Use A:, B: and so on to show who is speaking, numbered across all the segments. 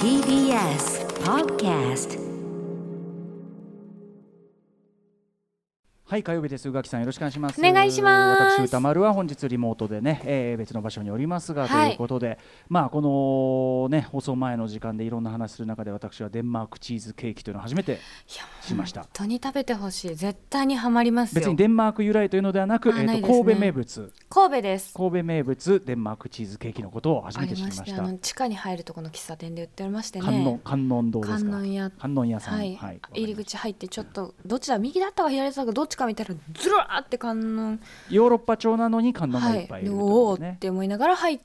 A: TBS Podcast。
B: はい、火曜日です。宇垣さんよろしくお願いします。
C: お願いします。
B: 私歌丸は本日リモートでね、別の場所におりますが、
C: はい、
B: ということで、まあこのね放送前の時間でいろんな話する中で、私はデンマークチーズケーキというのを初めてしました。
C: 本当に食べてほしい。絶対にハマりますよ。
B: 別にデンマーク由来というのではなく、神戸名物。
C: 神戸です。
B: 神戸名物デンマークチーズケーキのことを初めて知りました。
C: 地下に入るところの喫茶店で売ってましてね。
B: 観音堂ですか。観音屋さん。
C: はいはい、入り口入ってちょっとどっちだ、右だったか左だったかどっちか見たらずらーって観音、
B: ヨーロッパ調なのに観音がいっぱいいるというね、
C: おーって思いながら入って、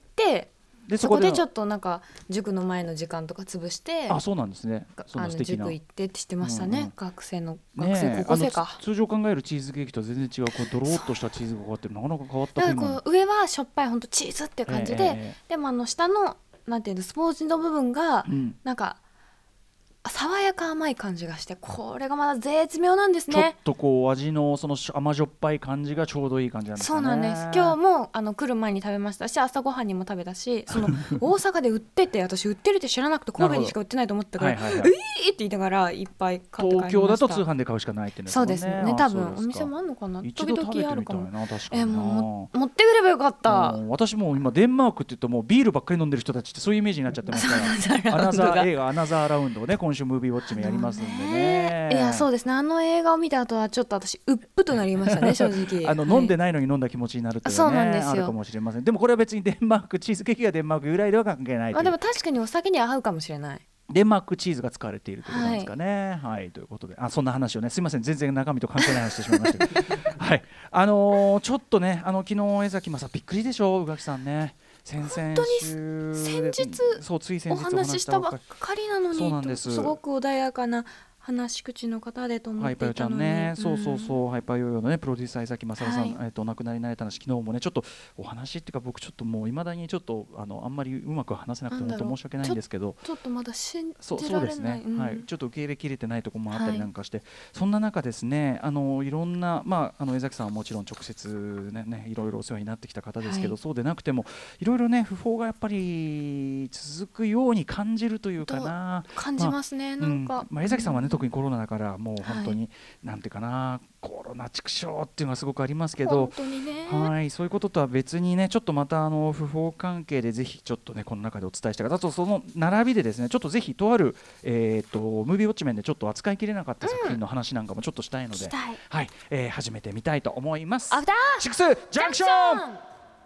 B: で
C: そこでちょっとなんか塾の前の時間とか潰して、
B: あ、そうなんですね。その素敵な
C: 塾行ってってしてましたね、学生高校生か。
B: 通常考えるチーズケーキと全然違う、こうドローっとしたチーズがかかってる、なかなか変わった風
C: に上はしょっぱいほんとチーズっていう感じで、でも下のなんていうの、スポンジの部分がなんか爽やか甘い感じがして、これがまだ絶妙なんですね。
B: ちょっとこう味のその甘じょっぱい感じがちょうどいい感じなんですかね。
C: そうなんです。今日も来る前に食べましたし、朝ごはんにも食べたし、その大阪で売ってて私売ってるって知らなくて、神戸にしか売ってないと思ったからって言いながらいっぱい買って帰りました。
B: 東京だと通販で買うしかないっていうの
C: そうですね。多分お店もあるのかな。時々あるかも。
B: 確かに
C: 持ってくればよかった。
B: 私も今デンマークって言うともうビールばっかり飲んでる人たちってそういうイメージになっちゃってますから映画アナザーラウンドをね、今週ムービーウォッチもやりますんでね。
C: いや、そうですね。映画を見た後はちょっと私うっぷとなりましたね、正直。
B: 飲んでないのに飲んだ気持ちになるっていうのはね、あるかもしれません。でもこれは別にデンマークチーズケーキがデンマーク由来では関係ないという。
C: でも確かにお酒には合うかもしれない。
B: デンマークチーズが使われているということなんですかね。はい、ということで、そんな話をね、すいません、全然中身と関係ない話してしまいましたけどはい、ちょっとね、昨日江崎正びっくりでしょ、宇垣さんね。先日お
C: 話ししたばっかりなのに、
B: そうなんです。
C: すごく穏やかな話し口の方でと思っていたのに、
B: ハイパヨちゃんね、そうハイパヨヨのねプロデューサー江崎正さん、お亡くなりになられた話、昨日もねちょっとお話っていうか、僕ちょっともういまだにちょっとあんまりうまく話せなくて本当申し訳ないんですけど、
C: ちょっとまだ信じられない。
B: そうですね、はい、ちょっと受け入れきれてないところもあったりなんかして、そんな中ですね、いろんな江崎さんはもちろん直接ねいろいろお世話になってきた方ですけど、そうでなくてもいろいろね訃報がやっぱり続くように感じるというかな、
C: 感じますね。なんか
B: 江崎さんはね特にコロナだからもう本当に、なんていうかな、コロナ畜生っていうのがすごくありますけど、
C: 本当にね、
B: はい、そういうこととは別にね、ちょっとまた訃報関係でぜひちょっとねこの中でお伝えした方と、その並びでですね、ちょっとぜひとあるムービーウォッチ面でちょっと扱いきれなかった作品の話なんかもちょっとしたいので、はい、始めてみたいと思います。
C: アフター
B: シックスジャンクション。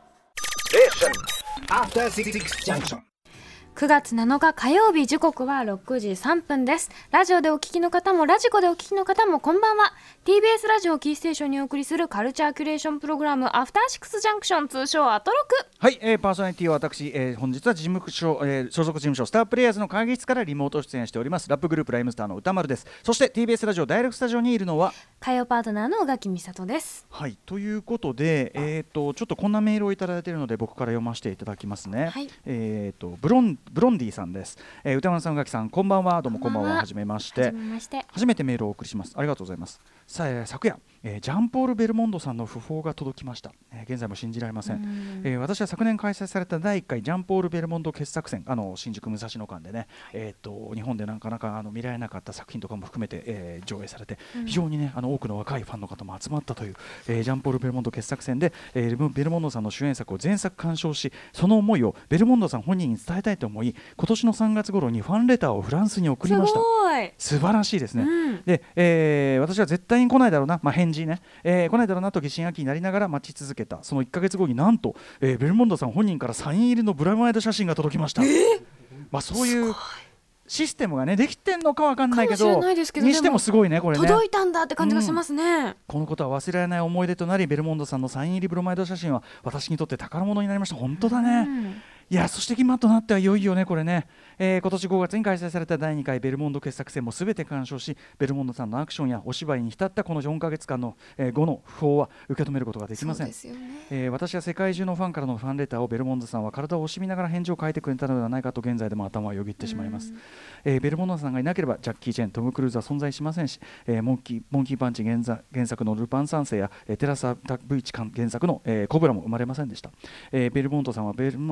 D: アフターシックスジャンクション。
C: 9月7日火曜日、時刻は6時3分です。ラジオでお聞きの方もラジコでお聞きの方もこんばんは。 TBS ラジオキーステーションにお送りするカルチャーキュレーションプログラム、アフターシックスジャンクション、通称アトロク。
B: はい、パーソナリティは私、本日は事務所、所属事務所スタープレイヤーズの会議室からリモート出演しておりますラップグループライムスターの歌丸です。そして TBS ラジオダイレクトスタジオにいるのは
C: 火曜パートナーの宇垣美里です。
B: はい、ということで、ちょっとこんなメールをいただいているので僕から読ませていただきますね。
C: はい、
B: ブロンディさんです。歌丸さん、宇垣さん、こんばんは。どうもこんばんは。はじめまして。初めてメールをお送りします。ありがとうございます。昨夜、ジャンポール・ベルモンドさんの訃報が届きました。現在も信じられません。私は昨年開催された第1回ジャンポール・ベルモンド傑作選、新宿武蔵野間でね、日本でなかなか見られなかった作品とかも含めて、上映されて、非常にね多くの若いファンの方も集まったという、ジャンポール・ベルモンド傑作選で、ベルモンドさんの主演作を全作鑑賞し、その思いをベルモンドさん本人に伝えたいと思い、今年の3月頃にファンレターをフランスに送りました。素晴らしいですね。で、私は絶対に来ないだろうな、返事ね、来ないだろうなと疑心暗鬼になりながら待ち続けた。その1ヶ月後になんと、ベルモンドさん本人からサイン入りのブラマイド写真が届きました。そういうシステムがねできてんのかわかんないけど、にしてもすごいね、これね
C: 届いたんだって感じがしますね。
B: このことは忘れられない思い出となり、ベルモンドさんのサイン入りブロマイド写真は私にとって宝物になりました。本当だね。いや、そして今となってはいよいよねこれね、今年5月に開催された第2回ベルモンド傑作選も全て鑑賞し、ベルモンドさんのアクションやお芝居に浸ったこの4ヶ月間の、後の訃報は受け止めることができません。
C: そうですよね。
B: 私は世界中のファンからのファンレターをベルモンドさんは体を惜しみながら返事を書いてくれたのではないかと現在でも頭をよぎってしまいます。ベルモンドさんがいなければジャッキー・チェン、トム・クルーズは存在しませんし、モンキーパンチ原作のルパン三世や、テラサ・ブイチ原作の、コブラも生まれませんでした。ベルモンドさんはエンターテインメン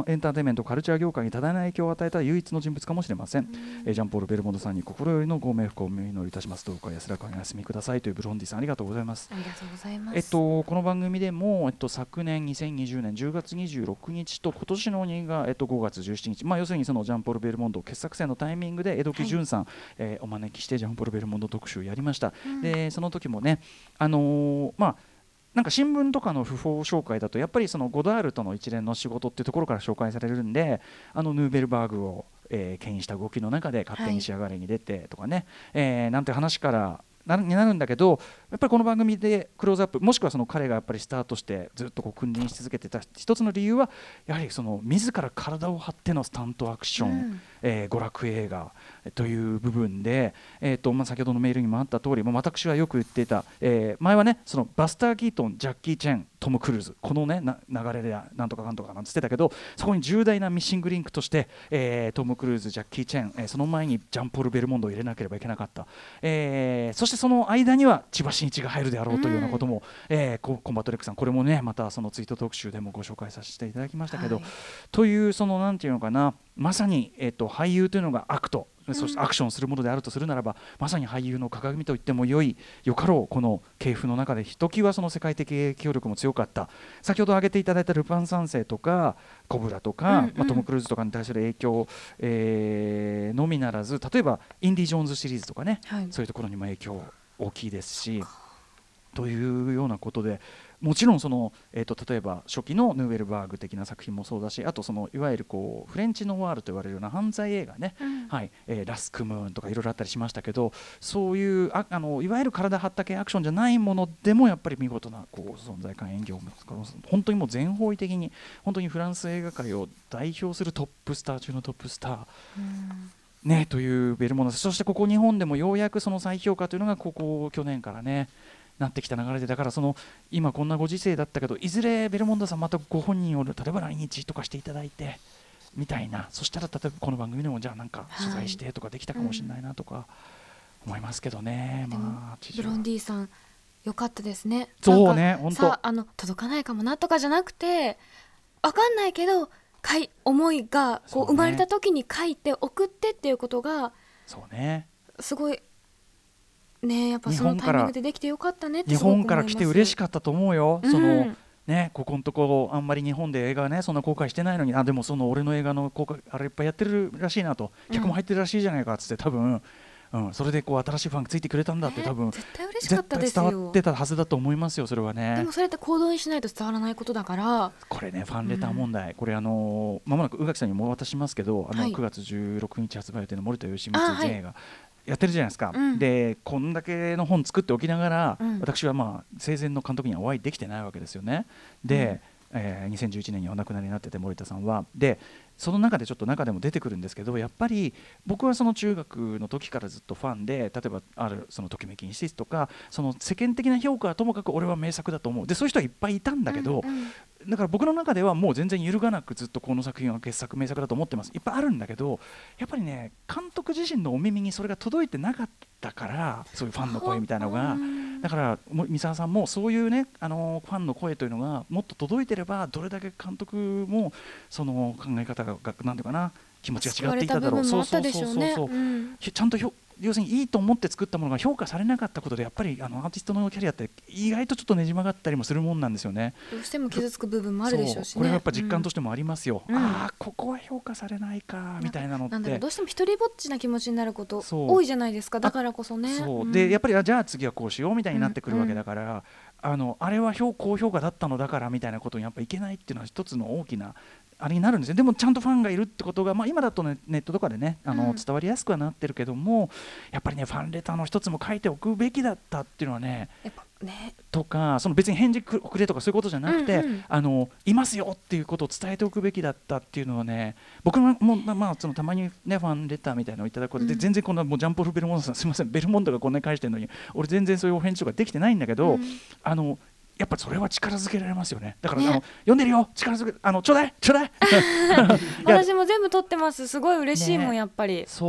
B: メントカルチャー業界に多大な影響を与えた唯一の人物かもしれません。ジャンポール・ベルモンドさんに心よりのご冥福をお祈りいたします。どうか安らかにお休みくださいというブロンディさん、ありがとうございます。
C: ありがとうございます。
B: この番組でも、昨年2020年10月26日と今年の5月17日、要するにそのジャンポール・ベルモンド傑作選のタイミングで江戸木潤さん、お招きしてジャンポール・ベルモンド特集をやりました。でその時もね、なんか新聞とかの訃報紹介だとやっぱりそのゴダールとの一連の仕事っていうところから紹介されるんで、ヌーベルバーグを、牽引した動きの中で勝手に仕上がれに出てとかね、なんて話からになるんだけど、やっぱりこの番組でクローズアップ、もしくはその彼がやっぱりスタートしてずっと君臨し続けてた一つの理由はやはりその自ら体を張ってのスタントアクション、娯楽映画という部分で、先ほどのメールにもあった通り、私はよく言っていた、前はねそのバスター・キートン、ジャッキー・チェン、トム・クルーズ、このね流れでなんとかかんとかなんつってたけど、そこに重大なミッシングリンクとして、トム・クルーズ、ジャッキー・チェン、その前にジャンポール・ベルモンドを入れなければいけなかった、そしてその間には千葉真一が入るであろうというようなことも、コンバットレックさん、これもねまたそのツイート特集でもご紹介させていただきましたけど、というそのなんていうのかな、まさに、俳優というのがアクト、そしてアクションするものであるとするならば、まさに俳優の鏡と言ってもよかろう。この系譜の中でひときわその世界的影響力も強かった、先ほど挙げていただいたルパン三世とかコブラとか、トム・クルーズとかに対する影響、のみならず、例えばインディ・ジョーンズシリーズとかね、そういうところにも影響大きいですし、というようなことで、もちろんその、例えば初期のヌーベルバーグ的な作品もそうだし、あとそのいわゆるこうフレンチノワールと言われるような犯罪映画ね、ラスクムーンとかいろいろあったりしましたけど、そういういわゆる体張った系アクションじゃないものでもやっぱり見事なこう存在感、演技を本当にもう全方位的に本当にフランス映画界を代表するトップスター中のトップスター、ね、というベルモンド。そしてここ日本でもようやくその再評価というのがここ去年からねなってきた流れで、だからその今こんなご時世だったけど、いずれベルモンドさんまたご本人を例えば来日とかしていただいてみたいな、そしたら例えばこの番組でもじゃあなんか取材してとかできたかもしれないなとか思いますけどね。
C: ブロンディさんよかったですね。
B: そうね、本当
C: 届かないかもなとかじゃなくて、分かんないけど思いがこう生まれた時に書いて送ってっていうことが
B: そうね、
C: すごいね、やっぱそのタイミングでできてよかったねって
B: 日本から来て嬉しかったと思うよ。そのね、ここのところあんまり日本で映画ねそんな公開してないのに、でもその俺の映画の公開あれいっぱいやってるらしいなと、客も入ってるらしいじゃないかっつって、多分それでこう新しいファンがついてくれたんだって多分
C: 絶対嬉しかったですよ。
B: 伝わってたはずだと思いますよ、それはね。
C: でもそれって行動にしないと伝わらないことだから、
B: これねファンレター問題、これ間もなく宇垣さんにもお渡ししますけど、9月16日発売予定の森田義満 J がやってるじゃないですか、でこんだけの本作っておきながら、私は生前の監督にはお会いできてないわけですよね。で、2011年にお亡くなりになってて森田さんは、でその中でちょっと中でも出てくるんですけど、やっぱり僕はその中学の時からずっとファンで、例えばあるそのときめきインシスとか、その世間的な評価はともかく俺は名作だと思う、でそういう人はいっぱいいたんだけど、だから僕の中ではもう全然揺るがなくずっとこの作品は傑作名作だと思ってます。いっぱいあるんだけど、やっぱりね監督自身のお耳にそれが届いてなかったから、そういうファンの声みたいなのが、だから三沢さんもそういうねファンの声というのがもっと届いてれば、どれだけ監督もその考え方がなんていうかな、気持ちが違っていただろう。ちゃんと要するにいいと思って作ったものが評価されなかったことで、やっぱりアーティストのキャリアって意外とちょっとねじ曲がったりもするもんなんですよね。
C: どうしても傷つく部分もあるでしょうしね。
B: これはやっぱ実感としてもありますよ。ここは評価されないかみたいなのって、
C: なんだろう、どうしても一人ぼっちな気持ちになること多いじゃないですか。だからこそね。
B: でやっぱりじゃあ次はこうしようみたいになってくるわけだから、あれは高評価だったのだからみたいなことにやっぱいけないっていうのは一つの大きなあれになるんですよ。でもちゃんとファンがいるってことが、今だと、ネットとかでね伝わりやすくはなってるけども、やっぱりねファンレターの一つも書いておくべきだったっていうのはね、
C: やっぱね
B: とか、その別に返事くれとかそういうことじゃなくて、いますよっていうことを伝えておくべきだったっていうのはね、僕もそのたまにねファンレターみたいなのをいただくことで、全然こんなもうジャンポール・ベルモンドさんすみませんベルモンドがこんなに返してるのに俺全然そういうお返事とかできてないんだけど、やっぱそれは力づけられますよね。だから、読んでるよ、力づけちょうだい
C: 私も全部撮ってます。すごい嬉しいもん、やっぱり。
B: そう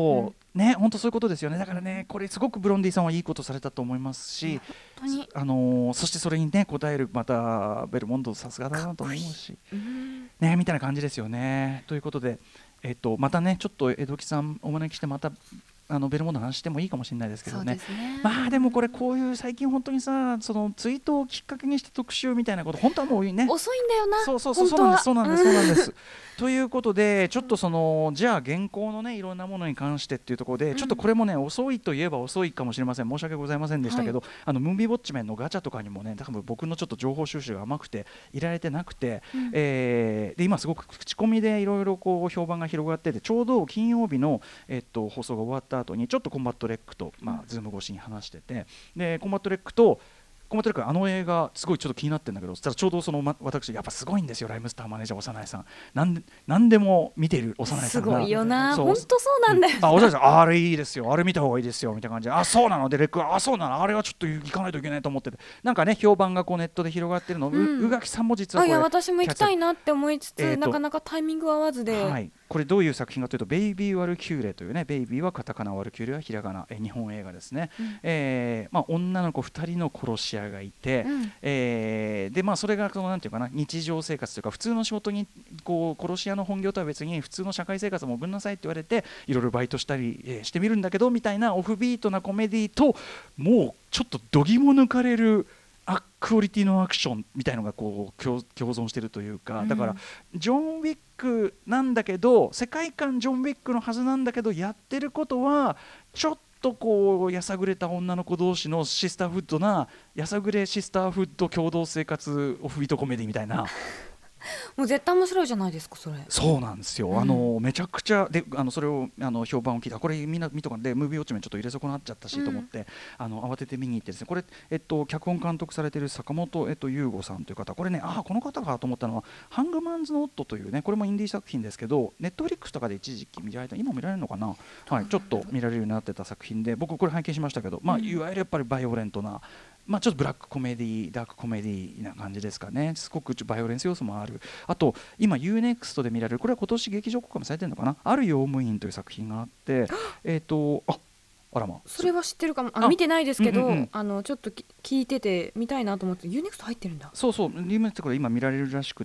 B: ね、本当そういうことですよね。だからね、これすごくブロンディさんはいいことされたと思いますし、そしてそれにね応えるまたベルモンドさすがだなと思うし、ね、みたいな感じですよね。ということで、またねちょっと江戸木さんお招きしてまたベルモンドの話してもいいかもしれないですけどね。まあでもこういう最近本当にさ、そのツイートをきっかけにして特集みたいなこと本当はもうね
C: 遅いんだよな。
B: そうなんですということで、ちょっとじゃあ現行のねいろんなものに関してっていうところで、ちょっとこれもね遅いといえば遅いかもしれません。申し訳ございませんでしたけど、ムービーウォッチメンのガチャとかにもね多分僕のちょっと情報収集が甘くていられてなくて、で今すごく口コミでいろいろこう評判が広がってて、ちょうど金曜日の放送が終わった後にちょっとコンバットレックとズーム越しに話してて、でコンバットレック映画すごいちょっと気になってるんだけど、そしたらちょうど私やっぱすごいんですよ、ライムスターマネージャー長井さん、なんでも見てる長井さんが
C: すごいよな。本当そうなんだよ、
B: 長井さんあれいいですよ、あれ見た方がいいですよみたいな感じで、そうなのでレックそうなの、あれはちょっと行かないといけないと思ってて、なんかね評判がこうネットで広がってるの、宇垣さんも実はこれ
C: 私も行きたいなって思いつつ、なかなかタイミング合わずで、
B: これどういう作品かというと、ベイビー・ワルキューレというね、ベイビーはカタカナ、ワルキューレはひらがな、日本映画ですね。女の子2人の殺し屋がいて、でそれがなんていうかな、日常生活というか普通の仕事にこう殺し屋の本業とは別に普通の社会生活も送んなさいって言われていろいろバイトしたり、してみるんだけどみたいなオフビートなコメディと、もうちょっと度肝抜かれるクオリティのアクションみたいのがこう共存しているというか、だからジョン・ウィックなんだけど、世界観ジョン・ウィックのはずなんだけど、やってることはちょっとこうやさぐれた女の子同士のシスターフッドなやさぐれシスターフッド共同生活オフビートコメディみたいな
C: もう絶対面白いじゃないですかそれ。
B: そうなんですよ、めちゃくちゃでそれを評判を聞いた、これみんな見とかでムービーウォッチメンちょっと入れ損なっちゃったしと思って、慌てて見に行ってですね、これ、脚本監督されている坂本、優吾さんという方、これねこの方かと思ったのはハングマンズ・ノットというね、これもインディー作品ですけど、ネットフリックスとかで一時期見られた、今見られるのかな、ちょっと見られるようになってた作品で、僕これ拝見しましたけど、いわゆるやっぱりバイオレントな、ちょっとブラックコメディダークコメディな感じですかね。すごくバイオレンス要素もある。あと今 UNEXT で見られる、これは今年劇場公開もされてるのかな、ある用務員という作品があってあら
C: それは知ってるかも。見てないですけど、ちょっと聞いてて見たいなと思って UNEXT 入ってるんだ。
B: そうそう、UNEXT これ今見られるらしくって、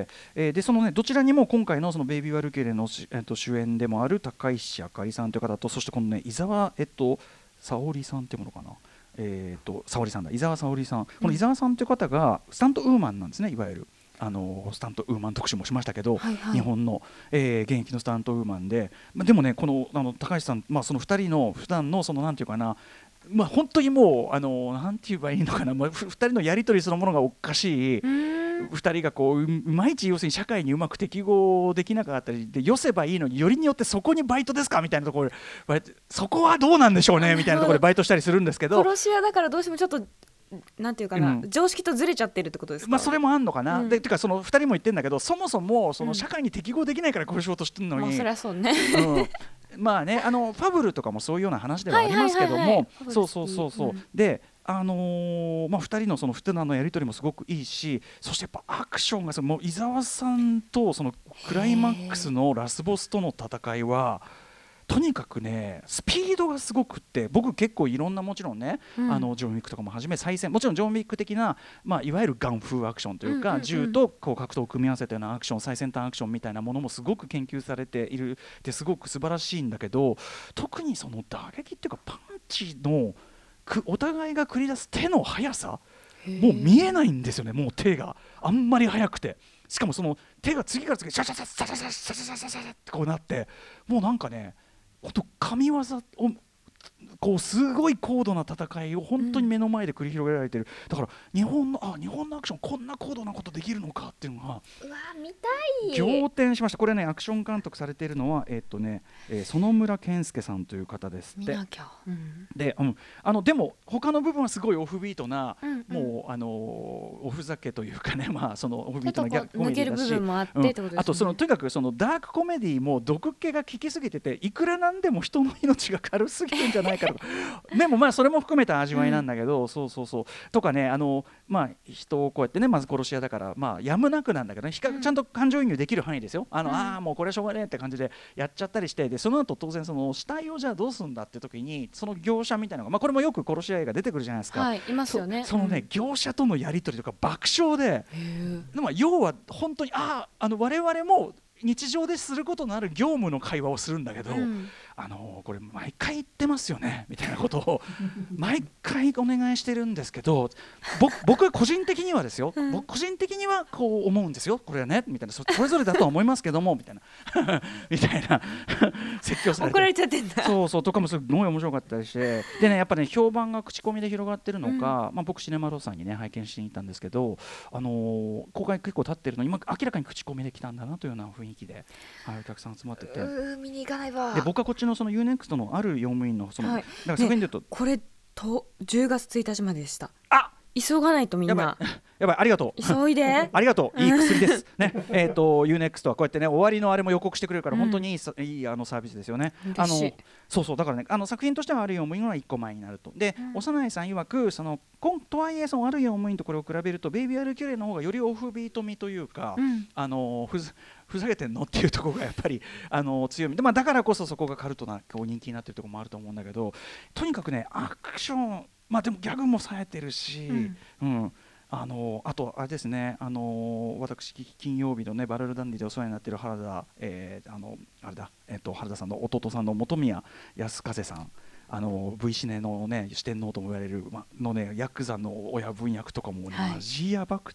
B: でそのねどちらにも今回のそのベイビー・ワルキューレの、主演でもある高石あかりさんという方と、そしてこのね伊沢沙織さんっていうものかな、沙織さんだ、伊沢沙織さん、この伊沢さんという方がスタントウーマンなんですね、いわゆるスタントウーマン特集もしましたけど、日本の、現役のスタントウーマンで、でもねこの高橋さん、その2人の普段のそのなんていうかな、本当にもうなんて言えばいいのかな、2人のやり取りそのものがおかしい、2人がこうまいち要するに社会にうまく適合できなかったりで、よせばいいのによりによってそこにバイトですかみたいなところ、そこはどうなんでしょうねみたいなところでバイトしたりするんですけど、
C: 殺し屋だからどうしてもちょっとなんていうかな、常識とずれちゃってるってことですか。
B: それもあんのかな、てかその2人も言ってるんだけど、そもそもその社会に適合できないからこういう仕事してるのに、
C: そりゃそうね、
B: ファブルとかもそういうような話ではありますけども、そうで2人のその普段のやり取りもすごくいいし、そしてやっぱアクションがもう伊沢さんとそのクライマックスのラスボスとの戦いはとにかくねスピードがすごくって、僕結構いろんなもちろんね、ジョン・ウィックとかもはじめ再戦、もちろんジョン・ウィック的な、いわゆるガン風アクションというか、銃とこう格闘を組み合わせたようなアクション、最先端アクションみたいなものもすごく研究されているってすごく素晴らしいんだけど、特にその打撃っていうかパンチのお互いが繰り出す手の速さ、もう見えないんですよね、もう手があんまり速くて、しかもその手が次から次にシャシャシャシャシャシャシャシャシャシャってこうなって、もうなんかねほんと神業をこうすごい高度な戦いを本当に目の前で繰り広げられてる、だから日本のアクションこんな高度なことできるのかっていうのが
C: 見たい
B: 仰天しました。これねアクション監督されているのは園村健介さんという方ですって。
C: 見なきゃ、
B: でも他の部分はすごいオフビートな、もうおふざけというかね、そのオフビートなギャグコメディだし、あととにかくそのダークコメディも毒気が効きすぎてて、いくらなんでも人の命が軽すぎるんじゃじゃないかとかでもまあそれも含めた味わいなんだけど、そうそうそうとかね、まあ人をこうやってねまず殺し屋だからまあやむなくなんだけどね、ちゃんと感情移入できる範囲ですよ。もうこれはしょうがねえって感じでやっちゃったりして、でその後当然その死体をじゃあどうするんだって時にその業者みたいなのが、まあこれもよく殺し屋映画出てくるじゃないですか。
C: はい、いますよね。
B: そのね、業者とのやり取りとか爆笑で、要は本当に我々も日常ですることのある業務の会話をするんだけど、これ毎回言ってますよねみたいなことを毎回お願いしてるんですけど、僕個人的にはですよ、僕個人的にはこう思うんですよ、これはねみたいな、それぞれだとは思いますけどもみたいなみたいな説教されて
C: 怒られちゃってんだ。
B: そうそうとかもすごい面白かったりして、でねやっぱね評判が口コミで広がってるのか、まあ、僕シネマロさんにね拝見しに行ったんですけど、公開結構経ってるの今明らかに口コミで来たんだなというような雰囲気で、はい、お客さん集まってて、
C: 見に行かないわ。
B: で僕はこっちのその UNEXT のある用務員のその、はい、だから作品で言うと、
C: これと10月1日まででした。急がないとみんな。
B: やばいありがとう。
C: 急いで。
B: ありがとう。いい薬ですね。UNEXT はこうやってね終わりのあれも予告してくれるから本当にいいサービスですよね。そうだからね作品としてはある用務員は1個前になると。で、幼いさん曰くとはいえそのある用務員とこれを比べるとベイビー・アル・キュレの方がよりオフビート味というか、ふざけてんのっていうところがやっぱり強みで、まあ、だからこそそこがカルトなこう人気になってるところもあると思うんだけど、とにかくねアクション、まあでもギャグも冴えてるし、あとあれですね、私金曜日のねバルルダンディでお世話になっている原田、原田さんの弟さんの本宮康風さん、V シネのね四天王とも言われるのねヤクザの親分役とかもね、マジやばくって、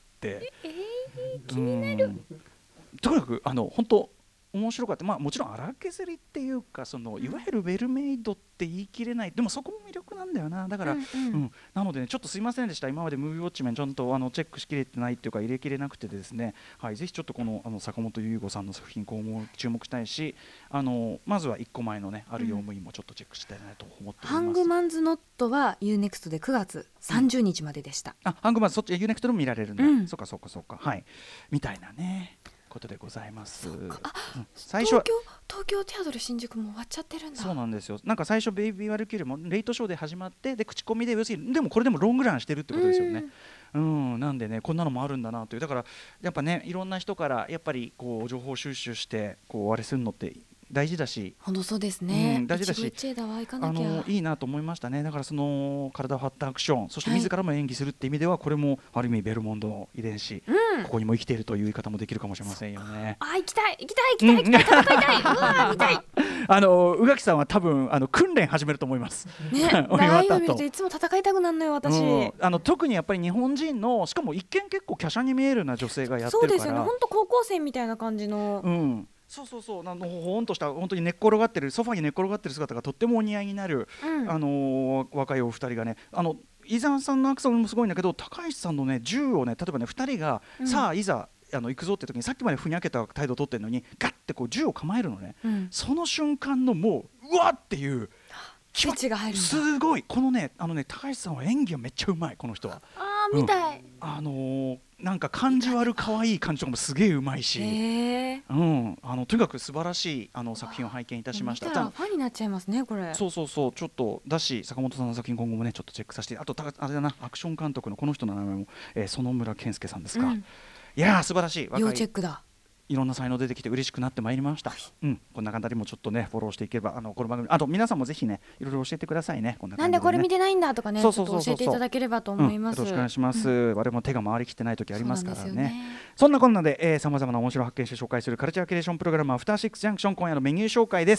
C: 気になる。
B: とにかく本当面白かった。まあもちろん荒削りっていうかいわゆるウェルメイドって言い切れない、でもそこも魅力なんだよな。だから、なのでねちょっとすいませんでした、今までムービーウォッチメンちゃんとチェックしきれてないっていうか入れきれなくてですね、はい、ぜひちょっとこの坂本優吾さんの作品今後も注目したいし、まずは1個前のねある用務員もちょっとチェックしたいなと思っております。
C: ハングマンズノットは UNEXT で9月30日まででした。
B: ハングマンズそっち UNEXT でも見られるんだ、そうかはいみたいなねことでございます。最初は
C: 東京テアドル新宿も終わっちゃってるんだ。
B: そうなんですよ。なんか最初ベイビー・ワルキューレもレイトショーで始まって、で口コミで要するにでもこれでもロングランしてるってことですよね。なんでねこんなのもあるんだなという、だからやっぱねいろんな人からやっぱりこう情報収集してこうあれするのって大事だし、
C: 本当そうですね、
B: 大事だしいいなと思いましたね。だからその体を張ったアクション、そして自らも演技するって意味ではこれもある意味ベルモンドの遺伝子、ここにも生きているという言い方もできるかもしれませんよね。
C: 行きたい戦いたい見たい
B: 宇垣さんは多分訓練始めると思います
C: ね。ライブ見るといつも戦いたくなるのよ私。
B: 特にやっぱり日本人のしかも一見結構華奢に見えるような女性がやってるから、そうですよね、
C: 本当高校生みたいな感じの、
B: そうほんとした本当に寝っ転がってるソファに寝っ転がってる姿がとってもお似合いになる、若いお二人がね、伊沢さんのアクションもすごいんだけど、高橋さんのね銃をね例えばね2人が、さあいざ行くぞって時にさっきまでふにゃけた態度を取ってるのにガッてこう銃を構えるのね、その瞬間のもううわっていう
C: 気持ちが入るんだ。
B: すごいこのね高橋さんは演技がめっちゃうまい、この人は。
C: 見たい。
B: なんか感じ悪可愛い感じとかもすげえうまいし、とにかく素晴らしい作品を拝見いたしました。
C: 見たらファンになっちゃいますねこれ。
B: そうちょっとだし坂本さんの作品今後もねちょっとチェックさせて、あとあれだな、アクション監督のこの人の名前も、園村健介さんですか、いやー素晴らしい、
C: 要チェックだ。
B: いろんな才能出てきて嬉しくなってまいりました、こんな感じもちょっとねフォローしていけばこの番組、あと皆さんもぜひねいろいろ教えてくださいね。こんな感じでね、
C: なんでこれ見てないんだとかね、ちょっと教えていただければと思います。
B: よろしくお願いします。我々も手が回りきってない時ありますからね。そんなこんなでさまざまな面白を発見して紹介するカルチャーキュレーションプログラムアフターシックスジャンクション、今夜のメニュー紹介です。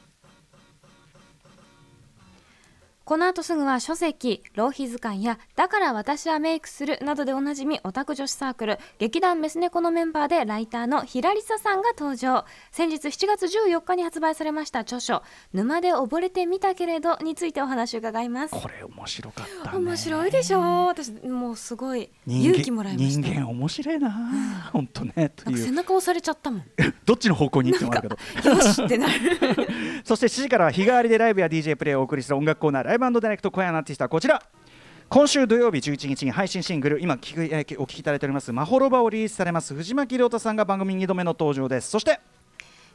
C: この後すぐは書籍、浪費図鑑やだから私はメイクするなどでおなじみオタク女子サークル劇団メスネコのメンバーでライターのひらりささんが登場。先日7月14日に発売されました著書沼で溺れてみたけれどについてお話を伺います。
B: これ面白かったね。
C: 面白いでしょ。私もうすごい勇気もらいました。
B: 人間面白いな本当ねという。
C: 背中押されちゃったもん
B: どっちの方向に行ってもあるけど
C: よしってなる
B: そして7時からは日替わりでライブや DJ プレイをお送りする音楽コーナーライブ&ダイレクト。今夜のアーティストはこちら。今週土曜日11日に配信シングル今お聴きいただいておりますまほろばをリリースされます藤巻亮太さんが番組2度目の登場です。そして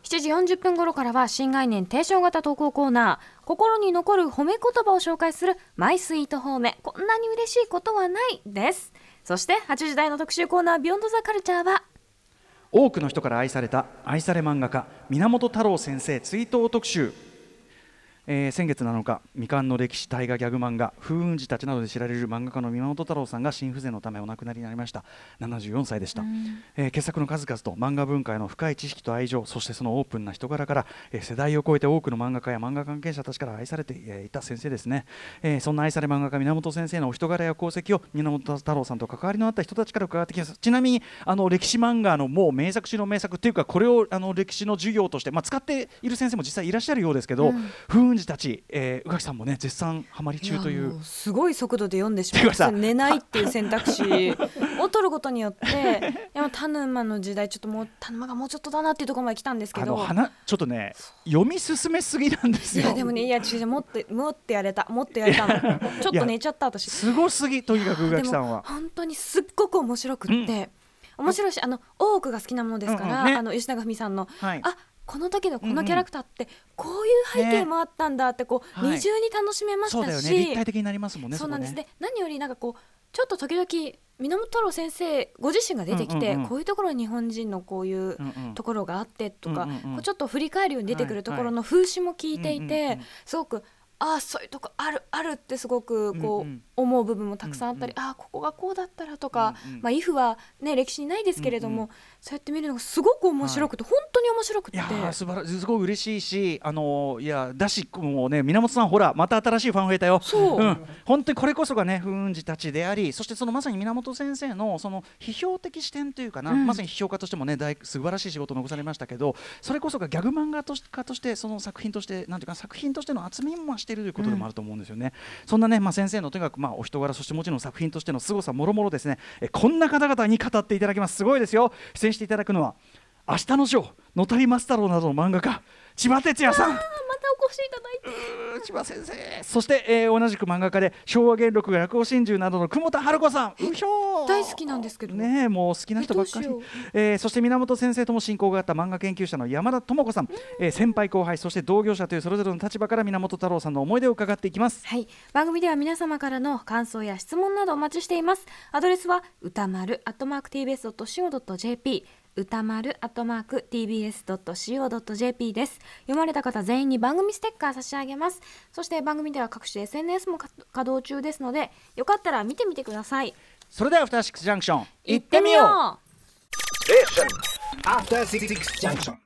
C: 7時40分頃からは新概念提唱型投稿コーナー、心に残る褒め言葉を紹介するマイスイート褒め、こんなに嬉しいことはないです。そして8時台の特集コーナービヨンドザカルチャーは、
B: 多くの人から愛された愛され漫画家源太郎先生追悼特集。先月7日、未完の歴史大河ギャグ漫画風雲児たちなどで知られる漫画家の源太郎さんが心不全のためお亡くなりになりました。74歳でした。傑作の数々と漫画文化への深い知識と愛情、そしてそのオープンな人柄から、世代を超えて多くの漫画家や漫画関係者たちから愛されていた先生ですね。そんな愛され漫画家源先生のお人柄や功績を源太郎さんと関わりのあった人たちから伺ってきます。ちなみに歴史漫画のもう名作中の名作っていうか、これを歴史の授業として、使っている先生も実際いらっしゃるようですけど、風雲児たち、宇垣さんもね絶賛ハマり中という。
C: すごい速度で読んでしまいました。寝ないっていう選択肢を取ることによって田沼の時代、ちょっともう田沼がもうちょっとだなっていうところまで来たんですけど、
B: ちょっとね読み進めすぎなんですよ。
C: いやでもね、いや違う、もっとやれたのちょっと寝ちゃった私。
B: すごすぎ、とにかく宇垣さんは
C: 本当にすっごく面白くって、面白いし、大奥が好きなものですから、吉永文さんの、この時のこのキャラクターってこういう背景もあったんだって二重に楽しめましたし、
B: そうだよね、立体的になりますもんね。
C: そうなんです。で、何よりちょっと時々源太郎先生ご自身が出てきて、こういうところに日本人のこういうところがあってとか、ちょっと振り返るように出てくるところの風刺も効いていて、すごくそういうとこあるってすごく思う部分もたくさんあったり、ここがこうだったらとか、イフはね歴史にないですけれども、そうやって見るのがすごく面白くて、本当に面白くて、
B: いや素晴らしい、すごい嬉しいし、いやだしもうね、源さんほらまた新しいファン増えたよ。
C: そう、
B: 本当にこれこそがね風雲児たちであり、そしてそのまさに源先生のその批評的視点というかな、まさに批評家としてもね素晴らしい仕事を残されましたけど、それこそがギャグ漫画家としてその作品としてなんていうか、作品としての厚みも増しているということでもあると思うんですよね。そんなね、先生のとにかくお人柄、そしてもちろん作品としての凄さもろもろですね、こんな方々に語っていただきます。すごいですよ。出演していただくのは明日のジョー、野谷増太郎などの漫画家千葉哲也さん、
C: またお越しいただいて、
B: 千葉先生、そして、同じく漫画家で昭和元禄が落語真珠などの久保田春子さん、
C: 大好きなんですけど
B: ね、もう好きな人ばっかり。そして源先生とも親交があった漫画研究者の山田智子さん、先輩後輩そして同業者というそれぞれの立場から源太郎さんの思い出を伺っていきます。
C: はい、番組では皆様からの感想や質問などお待ちしています。アドレスは歌丸@tbs.co.jp、歌丸@tbs.co.jp です。読まれた方全員に番組ステッカー差し上げます。そして番組では各種 SNS も稼働中ですので、よかったら見てみてください。
B: それではアフターシックスジャンクション
C: 行ってみよう。
D: After 66 junction.